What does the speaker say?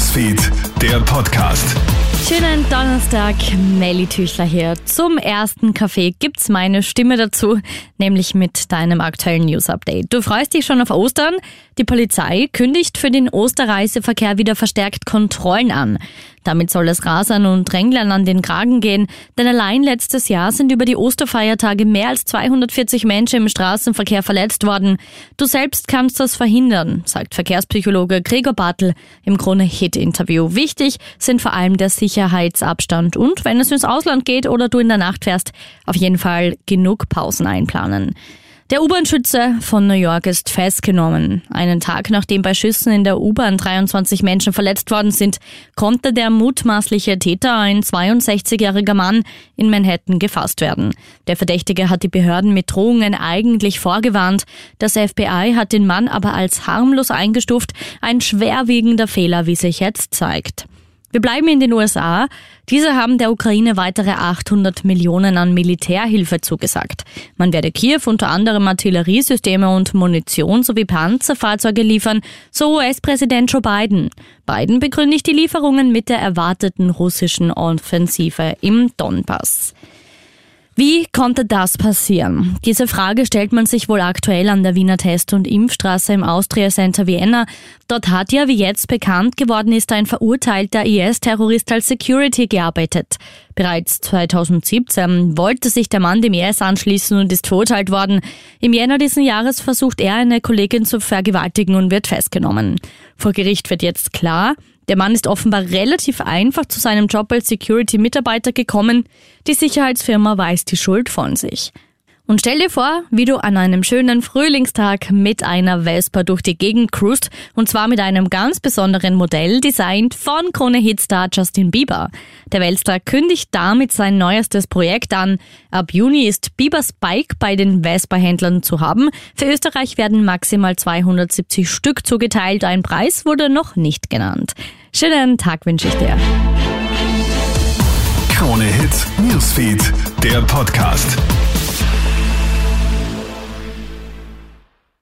Newsfeed, der Podcast. Schönen Donnerstag, Melly Tüchler hier. Zum ersten Kaffee gibt's meine Stimme dazu, nämlich mit deinem aktuellen News-Update. Du freust dich schon auf Ostern? Die Polizei kündigt für den Osterreiseverkehr wieder verstärkt Kontrollen an. Damit soll es Rasern und Dränglern an den Kragen gehen, denn allein letztes Jahr sind über die Osterfeiertage mehr als 240 Menschen im Straßenverkehr verletzt worden. Du selbst kannst das verhindern, sagt Verkehrspsychologe Gregor Bartl im Krone-Hit-Interview. Wichtig sind vor allem der Sicherheitsabstand und, wenn es ins Ausland geht oder du in der Nacht fährst, auf jeden Fall genug Pausen einplanen. Der U-Bahn-Schütze von New York ist festgenommen. Einen Tag nachdem bei Schüssen in der U-Bahn 23 Menschen verletzt worden sind, konnte der mutmaßliche Täter, ein 62-jähriger Mann, in Manhattan gefasst werden. Der Verdächtige hat die Behörden mit Drohungen eigentlich vorgewarnt. Das FBI hat den Mann aber als harmlos eingestuft, ein schwerwiegender Fehler, wie sich jetzt zeigt. Wir bleiben in den USA. Diese haben der Ukraine weitere 800 Millionen an Militärhilfe zugesagt. Man werde Kiew unter anderem Artilleriesysteme und Munition sowie Panzerfahrzeuge liefern, so US-Präsident Joe Biden. Biden begründet die Lieferungen mit der erwarteten russischen Offensive im Donbass. Wie konnte das passieren? Diese Frage stellt man sich wohl aktuell an der Wiener Test- und Impfstraße im Austria Center Vienna. Dort hat ja, wie jetzt bekannt geworden ist, ein verurteilter IS-Terrorist als Security gearbeitet. Bereits 2017 wollte sich der Mann dem IS anschließen und ist verurteilt worden. Im Jänner diesen Jahres versucht er, eine Kollegin zu vergewaltigen und wird festgenommen. Vor Gericht wird jetzt klar, der Mann ist offenbar relativ einfach zu seinem Job als Security-Mitarbeiter gekommen. Die Sicherheitsfirma weist die Schuld von sich. Und stell dir vor, wie du an einem schönen Frühlingstag mit einer Vespa durch die Gegend cruist, und zwar mit einem ganz besonderen Modell, designt von Krone-Hit-Star Justin Bieber. Der Weltstar kündigt damit sein neuestes Projekt an. Ab Juni ist Biebers Bike bei den Vespa-Händlern zu haben. Für Österreich werden maximal 270 Stück zugeteilt. Ein Preis wurde noch nicht genannt. Schönen Tag wünsche ich dir. Krone-Hit Newsfeed, der Podcast.